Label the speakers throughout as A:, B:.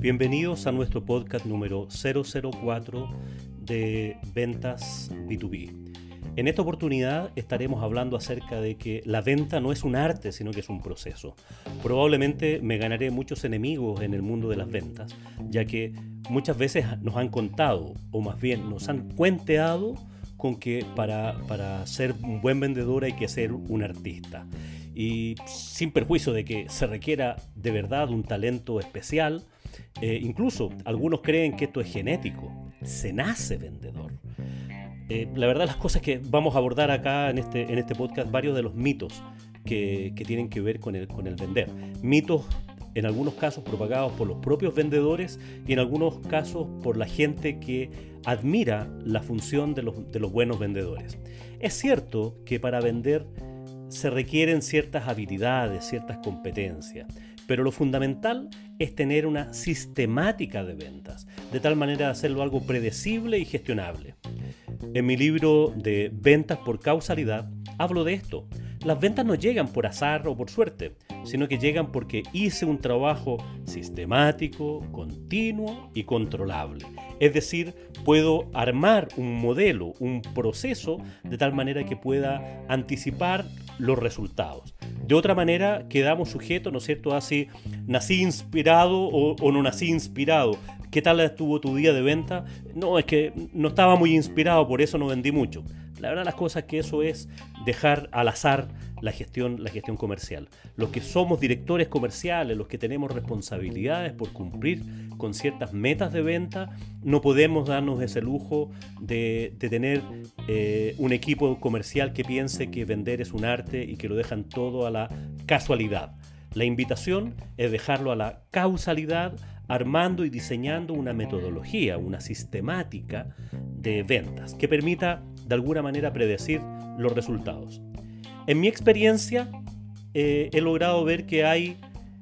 A: Bienvenidos a nuestro podcast número 004 de Ventas B2B. En esta oportunidad estaremos hablando acerca de que la venta no es un arte, sino que es un proceso. Probablemente me ganaré muchos enemigos en el mundo de las ventas, ya que muchas veces nos han contado, o más bien nos han cuenteado, con que para ser un buen vendedor hay que ser un artista. Y sin perjuicio de que se requiera de verdad un talento especial, incluso algunos creen que esto es genético, se nace vendedor. La verdad, las cosas que vamos a abordar acá en este podcast, varios de los mitos que tienen que ver con el vender. Mitos en algunos casos propagados por los propios vendedores y en algunos casos por la gente que admira la función de los buenos vendedores. Es cierto que para vender se requieren ciertas habilidades, ciertas competencias, pero lo fundamental es tener una sistemática de ventas, de tal manera de hacerlo algo predecible y gestionable. En mi libro de Ventas por Causalidad hablo de esto. Las ventas no llegan por azar o por suerte, sino que llegan porque hice un trabajo sistemático, continuo y controlable. Es decir, puedo armar un modelo, un proceso, de tal manera que pueda anticipar los resultados. De otra manera, quedamos sujetos, ¿no es cierto?, a si nací inspirado o no nací inspirado. ¿Qué tal estuvo tu día de venta? No, es que no estaba muy inspirado, por eso no vendí mucho. La verdad, las cosas es que eso es dejar al azar la gestión comercial. Los que somos directores comerciales, los que tenemos responsabilidades por cumplir con ciertas metas de venta, no podemos darnos ese lujo de tener un equipo comercial que piense que vender es un arte y que lo dejan todo a la casualidad. La invitación es dejarlo a la causalidad, armando y diseñando una metodología, una sistemática de ventas que permita de alguna manera predecir los resultados. En mi experiencia he logrado ver que hay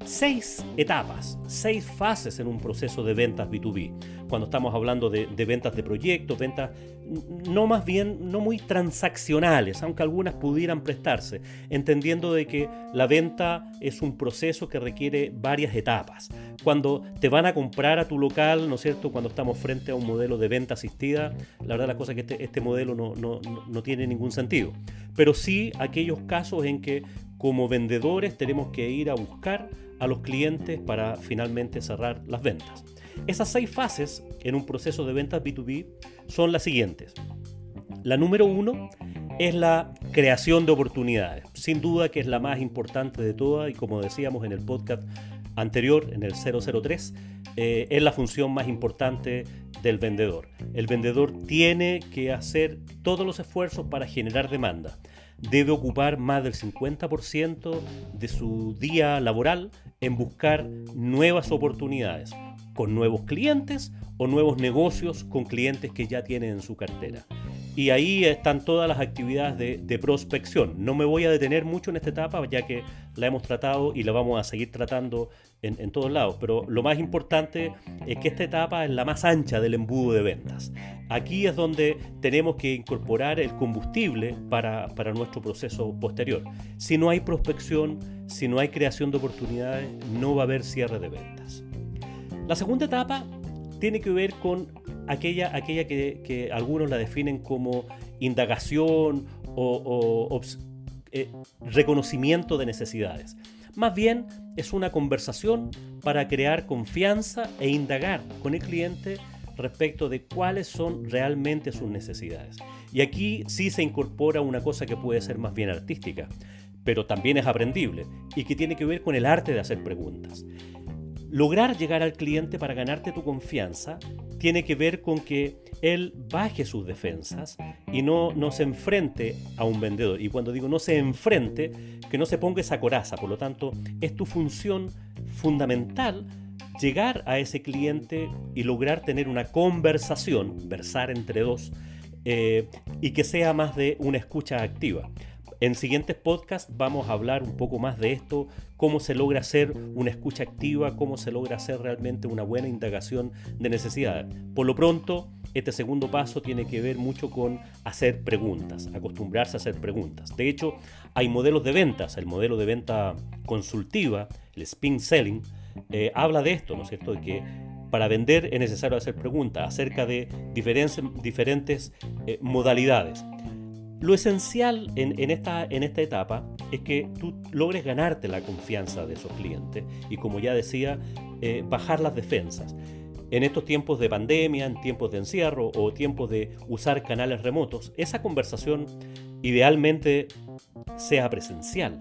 A: 6 etapas, 6 fases en un proceso de ventas B2B. Cuando estamos hablando de ventas de proyectos, ventas no muy transaccionales, aunque algunas pudieran prestarse, entendiendo de que la venta es un proceso que requiere varias etapas. Cuando te van a comprar a tu local, ¿no es cierto?, cuando estamos frente a un modelo de venta asistida, la verdad la cosa es que este modelo no tiene ningún sentido. Pero sí aquellos casos en que como vendedores tenemos que ir a buscar a los clientes para finalmente cerrar las ventas. Esas 6 fases en un proceso de ventas B2B son las siguientes. La número 1 es la creación de oportunidades. Sin duda que es la más importante de todas y, como decíamos en el podcast anterior, en el 003, es la función más importante del vendedor. El vendedor tiene que hacer todos los esfuerzos para generar demanda. Debe ocupar más del 50% de su día laboral en buscar nuevas oportunidades con nuevos clientes o nuevos negocios con clientes que ya tienen en su cartera. Y ahí están todas las actividades de prospección. No me voy a detener mucho en esta etapa, ya que la hemos tratado y la vamos a seguir tratando en todos lados. Pero lo más importante es que esta etapa es la más ancha del embudo de ventas. Aquí es donde tenemos que incorporar el combustible para nuestro proceso posterior. Si no hay prospección, si no hay creación de oportunidades, no va a haber cierre de ventas. La segunda etapa tiene que ver con aquella que algunos la definen como indagación o reconocimiento de necesidades. Más bien es una conversación para crear confianza e indagar con el cliente respecto de cuáles son realmente sus necesidades. Y aquí sí se incorpora una cosa que puede ser más bien artística, pero también es aprendible y que tiene que ver con el arte de hacer preguntas. Lograr llegar al cliente para ganarte tu confianza tiene que ver con que él baje sus defensas y no se enfrente a un vendedor. Y cuando digo no se enfrente, que no se ponga esa coraza. Por lo tanto, es tu función fundamental llegar a ese cliente y lograr tener una conversación, versar entre dos, y que sea más de una escucha activa. En siguientes podcasts vamos a hablar un poco más de esto, cómo se logra hacer una escucha activa, cómo se logra hacer realmente una buena indagación de necesidades. Por lo pronto, este segundo paso tiene que ver mucho con hacer preguntas, acostumbrarse a hacer preguntas. De hecho, hay modelos de ventas, el modelo de venta consultiva, el spin selling, habla de esto, ¿no es cierto?, de que para vender es necesario hacer preguntas acerca de diferentes modalidades. Lo esencial en esta etapa es que tú logres ganarte la confianza de esos clientes y, como ya decía, bajar las defensas. En estos tiempos de pandemia, en tiempos de encierro o tiempos de usar canales remotos, esa conversación idealmente sea presencial.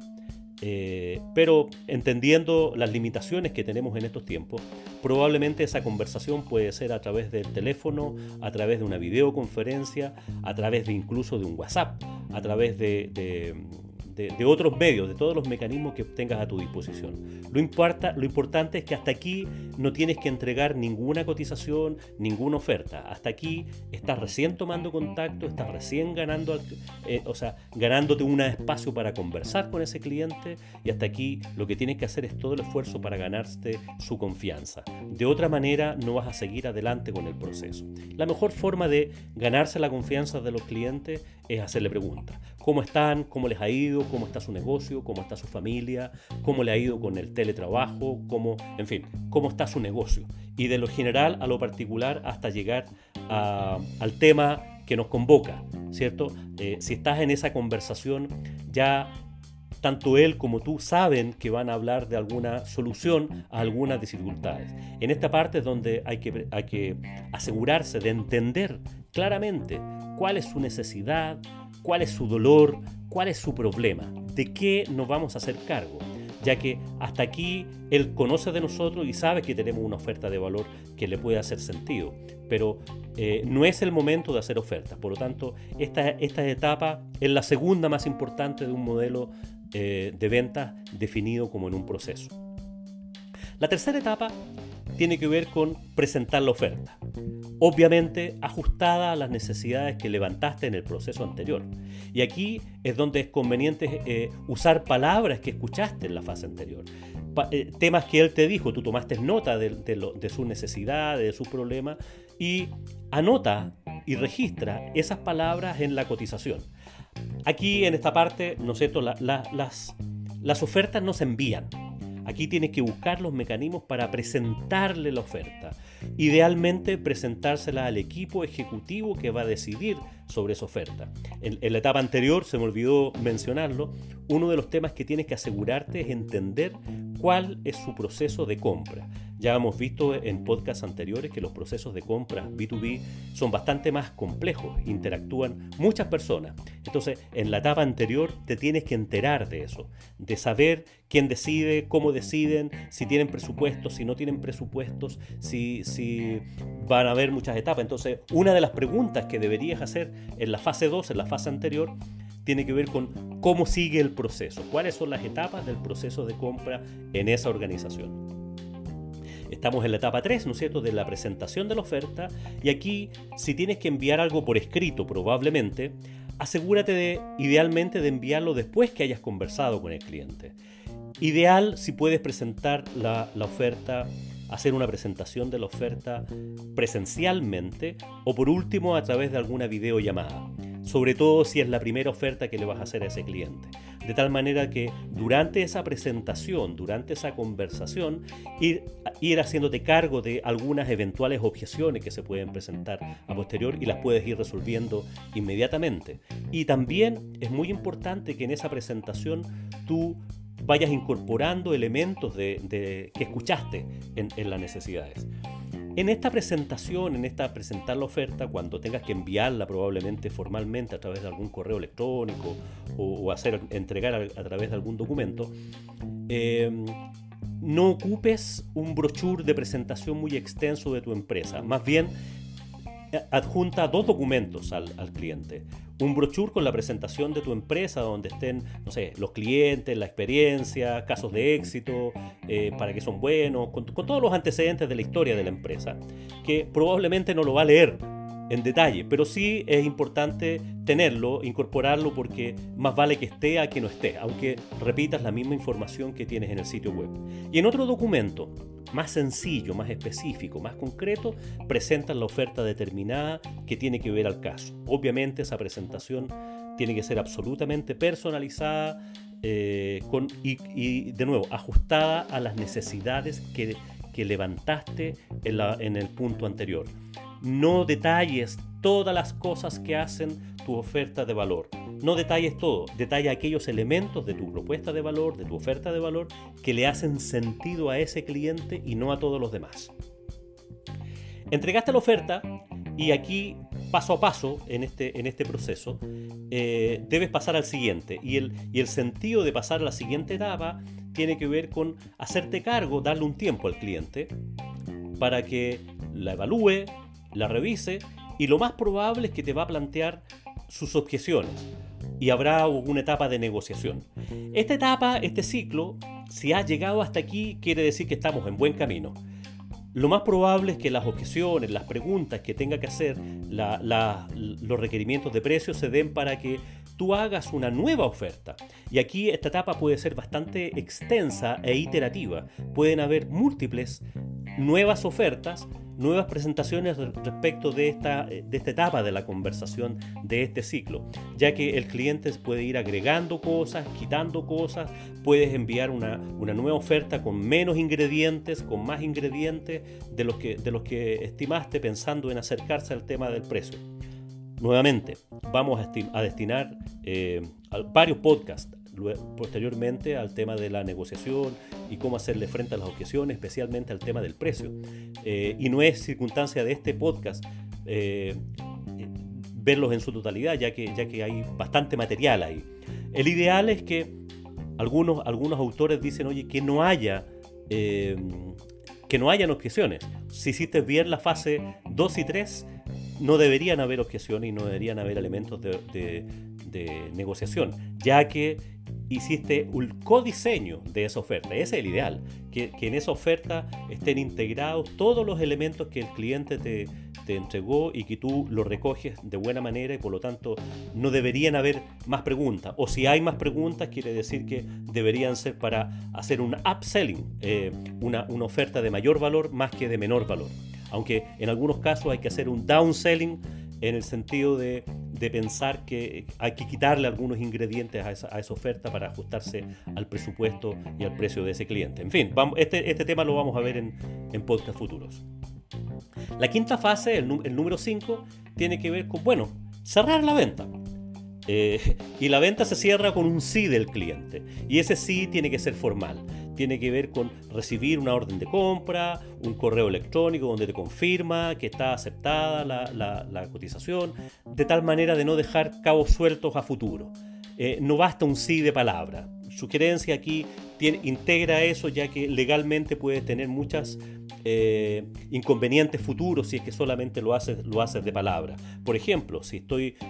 A: Pero entendiendo las limitaciones que tenemos en estos tiempos, probablemente esa conversación puede ser a través del teléfono, a través de una videoconferencia, a través de incluso de un WhatsApp, a través de otros medios, de todos los mecanismos que tengas a tu disposición. Lo importante es que hasta aquí no tienes que entregar ninguna cotización, ninguna oferta. Hasta aquí estás recién tomando contacto, estás recién ganándote un espacio para conversar con ese cliente, y hasta aquí lo que tienes que hacer es todo el esfuerzo para ganarte su confianza. De otra manera no vas a seguir adelante con el proceso. La mejor forma de ganarse la confianza de los clientes es hacerle preguntas. ¿Cómo están? ¿Cómo les ha ido? ¿Cómo está su negocio? ¿Cómo está su familia? ¿Cómo le ha ido con el teletrabajo? En fin, ¿cómo está su negocio? Y de lo general a lo particular hasta llegar al tema que nos convoca, ¿cierto? Si estás en esa conversación, ya tanto él como tú saben que van a hablar de alguna solución a algunas dificultades. En esta parte es donde hay que asegurarse de entender claramente cuál es su necesidad, cuál es su dolor, cuál es su problema, de qué nos vamos a hacer cargo, ya que hasta aquí él conoce de nosotros y sabe que tenemos una oferta de valor que le puede hacer sentido, pero no es el momento de hacer ofertas. Por lo tanto, esta etapa es la segunda más importante de un modelo de ventas definido como en un proceso. La tercera etapa tiene que ver con presentar la oferta, obviamente ajustada a las necesidades que levantaste en el proceso anterior. Y aquí es donde es conveniente usar palabras que escuchaste en la fase anterior, temas que él te dijo, tú tomaste nota de sus necesidades, de sus problemas, y anota y registra esas palabras en la cotización. Aquí en esta parte, ¿no es cierto?, las ofertas no se envían. Aquí tienes que buscar los mecanismos para presentarle la oferta. Idealmente presentársela al equipo ejecutivo que va a decidir sobre esa oferta. En la etapa anterior, se me olvidó mencionarlo, uno de los temas que tienes que asegurarte es entender cuál es su proceso de compra. Ya hemos visto en podcasts anteriores que los procesos de compra B2B son bastante más complejos, interactúan muchas personas. Entonces, en la etapa anterior te tienes que enterar de eso, de saber quién decide, cómo deciden, si tienen presupuestos, si no tienen presupuestos, si van a haber muchas etapas. Entonces, una de las preguntas que deberías hacer en la fase 2, en la fase anterior, tiene que ver con cómo sigue el proceso, cuáles son las etapas del proceso de compra en esa organización. Estamos en la etapa 3, ¿no es cierto?, de la presentación de la oferta, y aquí, si tienes que enviar algo por escrito, probablemente, asegúrate idealmente de enviarlo después que hayas conversado con el cliente. Ideal si puedes presentar la oferta, hacer una presentación de la oferta presencialmente o por último a través de alguna videollamada, sobre todo si es la primera oferta que le vas a hacer a ese cliente. De tal manera que durante esa presentación, durante esa conversación, ir haciéndote cargo de algunas eventuales objeciones que se pueden presentar a posterior y las puedes ir resolviendo inmediatamente. Y también es muy importante que en esa presentación tú vayas incorporando elementos que escuchaste en las necesidades. En esta presentación, presentar la oferta, cuando tengas que enviarla probablemente formalmente a través de algún correo electrónico o entregar a través de algún documento, no ocupes un brochure de presentación muy extenso de tu empresa. Más bien, adjunta 2 documentos al cliente. Un brochure con la presentación de tu empresa donde estén, no sé, los clientes, la experiencia, casos de éxito, para qué son buenos, con todos los antecedentes de la historia de la empresa, que probablemente no lo va a leer en detalle, pero sí es importante tenerlo, incorporarlo, porque más vale que esté a que no esté, aunque repitas la misma información que tienes en el sitio web. Y en otro documento, más sencillo, más específico, más concreto, presentas la oferta determinada que tiene que ver al caso. Obviamente esa presentación tiene que ser absolutamente personalizada y de nuevo, ajustada a las necesidades que levantaste en el punto anterior. No detalles todas las cosas que hacen tu oferta de valor. No detalles todo, detalla aquellos elementos de tu propuesta de valor, de tu oferta de valor, que le hacen sentido a ese cliente y no a todos los demás. Entregaste la oferta y aquí, paso a paso, en este proceso, debes pasar al siguiente. Y el sentido de pasar a la siguiente etapa tiene que ver con hacerte cargo, darle un tiempo al cliente para que la evalúe, la revise, y lo más probable es que te va a plantear sus objeciones y habrá una etapa de negociación. Esta etapa, este ciclo, si has llegado hasta aquí, quiere decir que estamos en buen camino. Lo más probable es que las objeciones, las preguntas que tenga que hacer, los requerimientos de precio se den para que tú hagas una nueva oferta. Y aquí esta etapa puede ser bastante extensa e iterativa. Pueden haber múltiples nuevas ofertas, nuevas presentaciones respecto de esta etapa de la conversación, de este ciclo, ya que el cliente puede ir agregando cosas, quitando cosas, puedes enviar una nueva oferta con menos ingredientes, con más ingredientes de los que estimaste, pensando en acercarse al tema del precio. Nuevamente, vamos a destinar varios podcasts posteriormente al tema de la negociación y cómo hacerle frente a las objeciones, especialmente al tema del precio. Y no es circunstancia de este podcast verlos en su totalidad, ya que hay bastante material ahí. El ideal es que algunos autores dicen, oye, que no hayan objeciones. Si hiciste bien la fase 2 y 3, no deberían haber objeciones y no deberían haber elementos de negociación, ya que hiciste un codiseño de esa oferta. Ese es el ideal, que en esa oferta estén integrados todos los elementos que el cliente te entregó y que tú los recoges de buena manera, y por lo tanto no deberían haber más preguntas, o si hay más preguntas quiere decir que deberían ser para hacer un upselling, una oferta de mayor valor más que de menor valor, aunque en algunos casos hay que hacer un downselling en el sentido de pensar que hay que quitarle algunos ingredientes a esa oferta para ajustarse al presupuesto y al precio de ese cliente. En fin, este tema lo vamos a ver en podcast futuros. La quinta fase, el número 5, tiene que ver con, cerrar la venta. Y la venta se cierra con un sí del cliente. Y ese sí tiene que ser formal. Tiene que ver con recibir una orden de compra, un correo electrónico donde te confirma que está aceptada la cotización, de tal manera de no dejar cabos sueltos a futuro. No basta un sí de palabra. Sugerencia aquí, integra eso, ya que legalmente puedes tener muchas inconvenientes futuros si es que solamente lo haces de palabra. Por ejemplo, si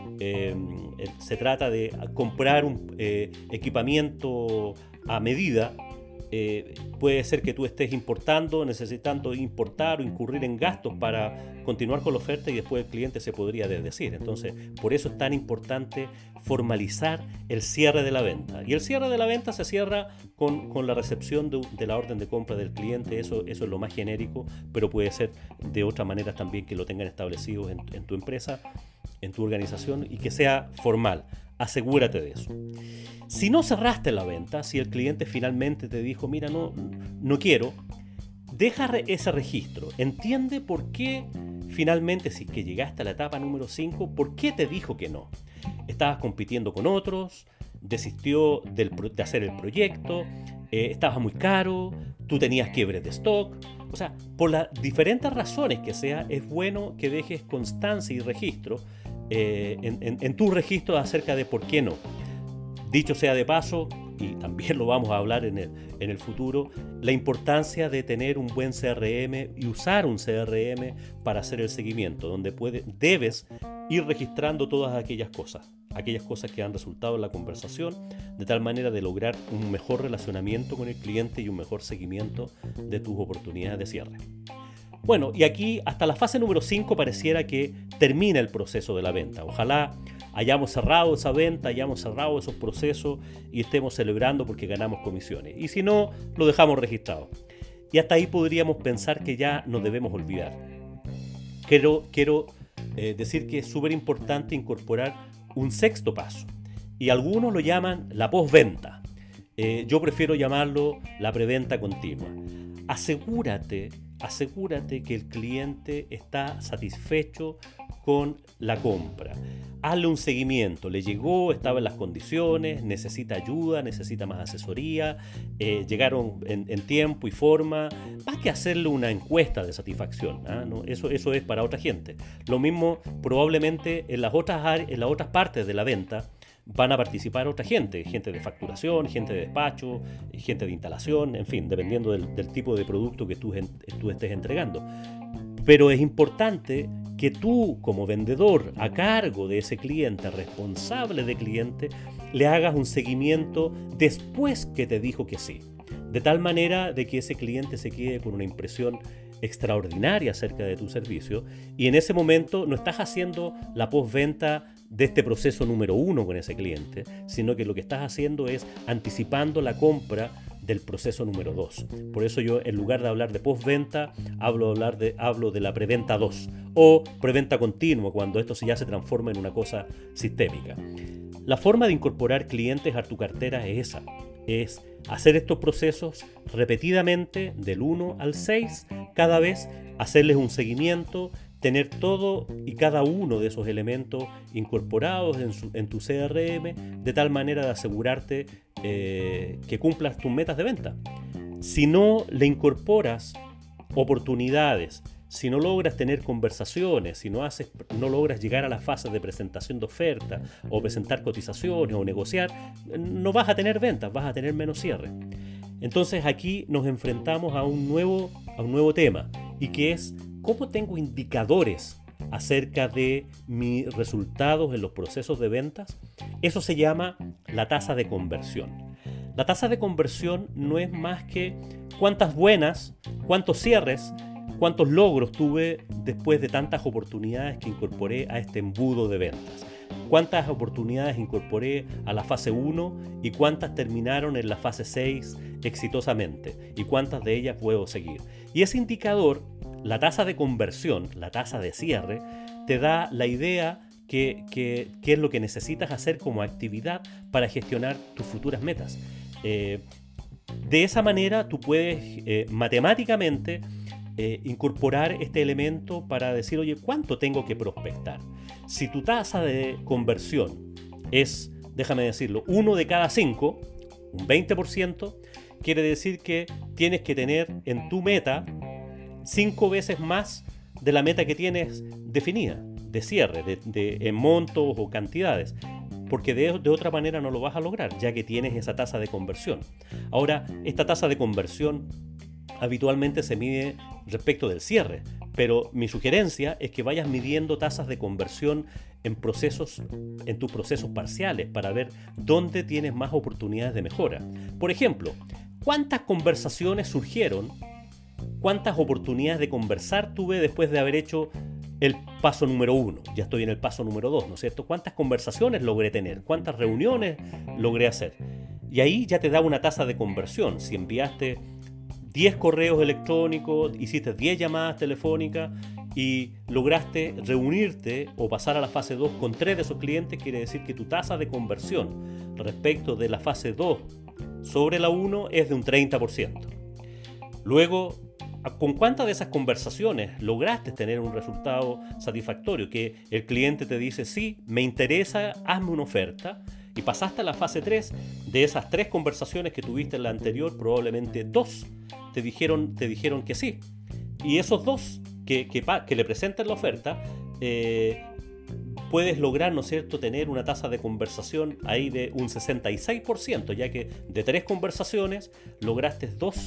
A: se trata de comprar un equipamiento a medida, puede ser que tú estés necesitando importar o incurrir en gastos para continuar con la oferta, y después el cliente se podría desdecir. Entonces, por eso es tan importante formalizar el cierre de la venta. Y el cierre de la venta se cierra con la recepción de la orden de compra del cliente. Eso es lo más genérico, pero puede ser de otras maneras también que lo tengan establecidos en tu empresa, en tu organización, y que sea formal. Asegúrate de eso. Si no cerraste la venta, si el cliente finalmente te dijo, mira, no quiero, deja ese registro. Entiende por qué finalmente, si es que llegaste a la etapa número 5, por qué te dijo que no. Estabas compitiendo con otros, desistió de hacer el proyecto, estaba muy caro, tú tenías quiebres de stock. O sea, por las diferentes razones que sea, es bueno que dejes constancia y registro en tu registro acerca de por qué no. Dicho sea de paso, y también lo vamos a hablar en el futuro, la importancia de tener un buen CRM y usar un CRM para hacer el seguimiento, donde debes ir registrando todas aquellas cosas que han resultado en la conversación, de tal manera de lograr un mejor relacionamiento con el cliente y un mejor seguimiento de tus oportunidades de cierre. Bueno, y aquí hasta la fase número 5 pareciera que termina el proceso de la venta. Ojalá hayamos cerrado esa venta, hayamos cerrado esos procesos y estemos celebrando porque ganamos comisiones. Y si no, lo dejamos registrado. Y hasta ahí podríamos pensar que ya nos debemos olvidar. Quiero decir que es súper importante incorporar un sexto paso. Y algunos lo llaman la postventa. Yo prefiero llamarlo la preventa continua. asegúrate que el cliente está satisfecho con la compra. Hazle un seguimiento, le llegó, estaba en las condiciones, necesita ayuda, necesita más asesoría, llegaron en tiempo y forma. Más que hacerle una encuesta de satisfacción, ¿ah? ¿No? Eso es para otra gente. Lo mismo probablemente en las otras partes de la venta van a participar otra gente de facturación, gente de despacho, gente de instalación, en fin, dependiendo del tipo de producto que tú estés entregando. Pero es importante que tú, como vendedor a cargo de ese cliente, responsable de cliente, le hagas un seguimiento después que te dijo que sí. De tal manera de que ese cliente se quede con una impresión extraordinaria acerca de tu servicio, y en ese momento no estás haciendo la postventa de este proceso número 1 con ese cliente, sino que lo que estás haciendo es anticipando la compra del proceso número 2. Por eso yo, en lugar de hablar de postventa, hablo de la preventa 2 o preventa continua, cuando esto ya se transforma en una cosa sistémica. La forma de incorporar clientes a tu cartera es esa. Es hacer estos procesos repetidamente del 1 al 6, cada vez hacerles un seguimiento, tener todo y cada uno de esos elementos incorporados en tu CRM, de tal manera de asegurarte que cumplas tus metas de venta. Si no le incorporas oportunidades, si no logras tener conversaciones, si no logras llegar a la fase de presentación de oferta o presentar cotizaciones o negociar, no vas a tener ventas, vas a tener menos cierre. Entonces aquí nos enfrentamos a un nuevo tema, y que es cómo tengo indicadores acerca de mis resultados en los procesos de ventas. Eso se llama la tasa de conversión. La tasa de conversión no es más que cuántas buenas, cuántos cierres, cuántos logros tuve después de tantas oportunidades que incorporé a este embudo de ventas. Cuántas oportunidades incorporé a la fase 1 y cuántas terminaron en la fase 6 exitosamente, y cuántas de ellas puedo seguir. Y ese indicador, la tasa de conversión, la tasa de cierre, te da la idea qué es lo que necesitas hacer como actividad para gestionar tus futuras metas. De esa manera tú puedes matemáticamente incorporar este elemento para decir, oye, ¿cuánto tengo que prospectar? Si tu tasa de conversión es, déjame decirlo, 1 de cada 5, un 20%, quiere decir que tienes que tener en tu meta 5 veces más de la meta que tienes definida, de cierre, en montos o cantidades, porque de otra manera no lo vas a lograr, ya que tienes esa tasa de conversión. Ahora, esta tasa de conversión habitualmente se mide respecto del cierre, pero mi sugerencia es que vayas midiendo tasas de conversión en tus procesos parciales, para ver dónde tienes más oportunidades de mejora. Por ejemplo, ¿cuántas conversaciones surgieron? ¿Cuántas oportunidades de conversar tuve después de haber hecho el paso número 1? Ya estoy en el paso número 2, ¿no es cierto? ¿Cuántas conversaciones logré tener? ¿Cuántas reuniones logré hacer? Y ahí ya te da una tasa de conversión. Si enviaste 10 correos electrónicos, hiciste 10 llamadas telefónicas y lograste reunirte o pasar a la fase 2 con 3 de esos clientes, quiere decir que tu tasa de conversión respecto de la fase 2 sobre la 1 es de un 30%. Luego, ¿con cuántas de esas conversaciones lograste tener un resultado satisfactorio? Que el cliente te dice, sí, me interesa, hazme una oferta. Y pasaste a la fase 3, de esas 3 conversaciones que tuviste en la anterior, probablemente 2 te dijeron que sí. Y esos 2 que le presenten la oferta, puedes lograr, ¿no es cierto?, tener una tasa de conversación ahí de un 66%, ya que de 3 conversaciones lograste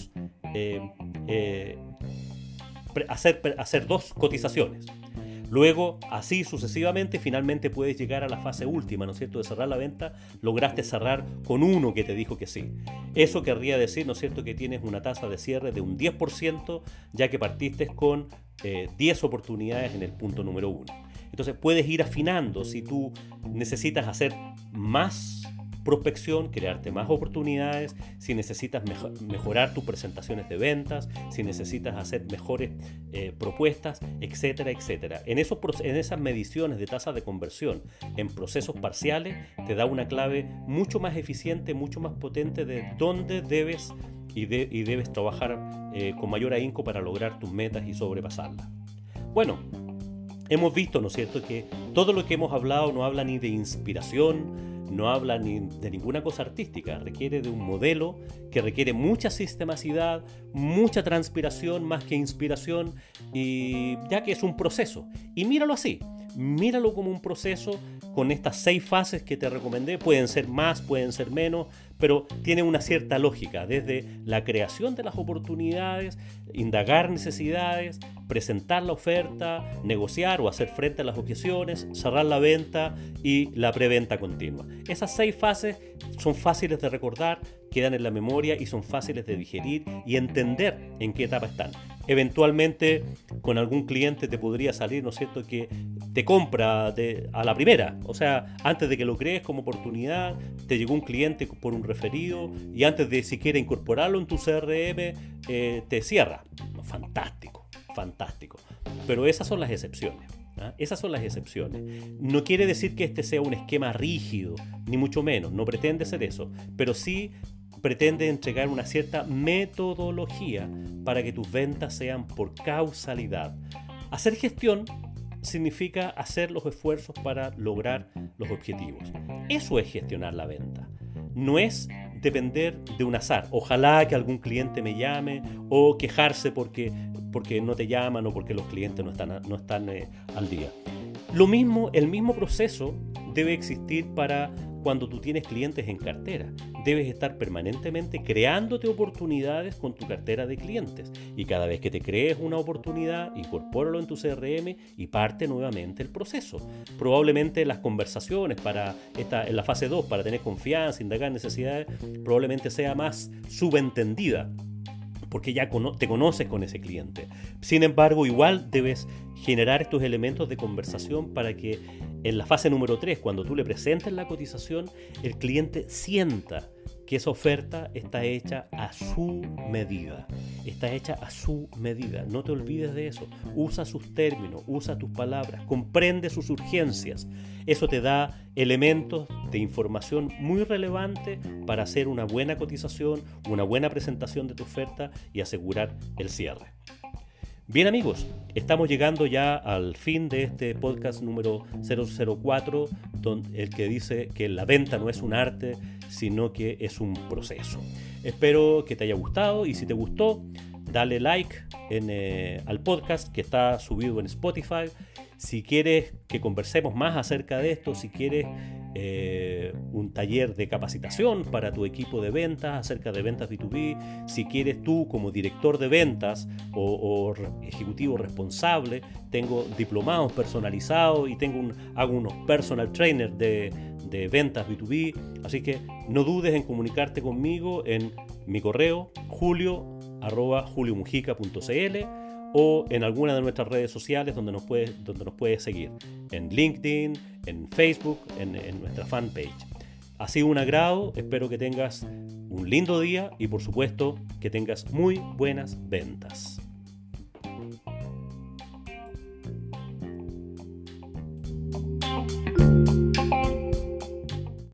A: hacer 2 cotizaciones. Luego, así sucesivamente, finalmente puedes llegar a la fase última, ¿no es cierto?, de cerrar la venta. Lograste cerrar con 1 que te dijo que sí. Eso querría decir, ¿no es cierto?, que tienes una tasa de cierre de un 10%, ya que partiste con 10 oportunidades en el punto número 1. Entonces puedes ir afinando si tú necesitas hacer más prospección, crearte más oportunidades, si necesitas mejorar tus presentaciones de ventas, si necesitas hacer mejores propuestas, etcétera, etcétera. En esas mediciones de tasa de conversión en procesos parciales te da una clave mucho más eficiente, mucho más potente de dónde debes y debes trabajar con mayor ahínco para lograr tus metas y sobrepasarlas. Bueno, hemos visto, ¿no es cierto?, que todo lo que hemos hablado no habla ni de inspiración, no habla ni de ninguna cosa artística, requiere de un modelo que requiere mucha sistemacidad, mucha transpiración más que inspiración, y ya que es un proceso. Y míralo así, míralo como un proceso con estas 6 fases que te recomendé. Pueden ser más, pueden ser menos, pero tiene una cierta lógica, desde la creación de las oportunidades, indagar necesidades, presentar la oferta, negociar o hacer frente a las objeciones, cerrar la venta y la preventa continua. Esas 6 fases son fáciles de recordar, quedan en la memoria y son fáciles de digerir y entender en qué etapa están. Eventualmente con algún cliente te podría salir, ¿no es cierto?, que te compra a la primera. O sea, antes de que lo crees como oportunidad, te llegó un cliente por un referido y antes de siquiera incorporarlo en tu CRM, te cierra. Fantástico, fantástico. Pero esas son las excepciones. Esas son las excepciones. No quiere decir que este sea un esquema rígido, ni mucho menos. No pretende ser eso. Pero sí pretende entregar una cierta metodología para que tus ventas sean por causalidad. Hacer gestión significa hacer los esfuerzos para lograr los objetivos. Eso es gestionar la venta. No es depender de un azar. Ojalá que algún cliente me llame o quejarse porque no te llaman o porque los clientes no están al día. El mismo proceso debe existir para cuando tú tienes clientes en cartera. Debes estar permanentemente creándote oportunidades con tu cartera de clientes. Y cada vez que te crees una oportunidad, incorpóralo en tu CRM y parte nuevamente el proceso. Probablemente las conversaciones en la fase 2, para tener confianza, indagar necesidades, probablemente sea más subentendida, porque ya te conoces con ese cliente. Sin embargo, igual debes generar estos elementos de conversación para que en la fase número 3, cuando tú le presentes la cotización, el cliente sienta que esa oferta está hecha a su medida. Está hecha a su medida. No te olvides de eso. Usa sus términos, usa tus palabras, comprende sus urgencias. Eso te da elementos de información muy relevante para hacer una buena cotización, una buena presentación de tu oferta y asegurar el cierre. Bien, amigos, estamos llegando ya al fin de este podcast número 004, el que dice que la venta no es un arte, sino que es un proceso. Espero que te haya gustado y si te gustó, dale like al podcast que está subido en Spotify. Si quieres que conversemos más acerca de esto, si quieres un taller de capacitación para tu equipo de ventas acerca de ventas B2B, si quieres tú como director de ventas o ejecutivo responsable, tengo diplomados personalizados y hago unos personal trainers de ventas B2B, así que no dudes en comunicarte conmigo en mi correo julio@juliomujica.cl o en alguna de nuestras redes sociales donde nos puedes seguir, en LinkedIn, en Facebook, en nuestra fanpage. Ha sido un agrado, espero que tengas un lindo día y por supuesto que tengas muy buenas ventas.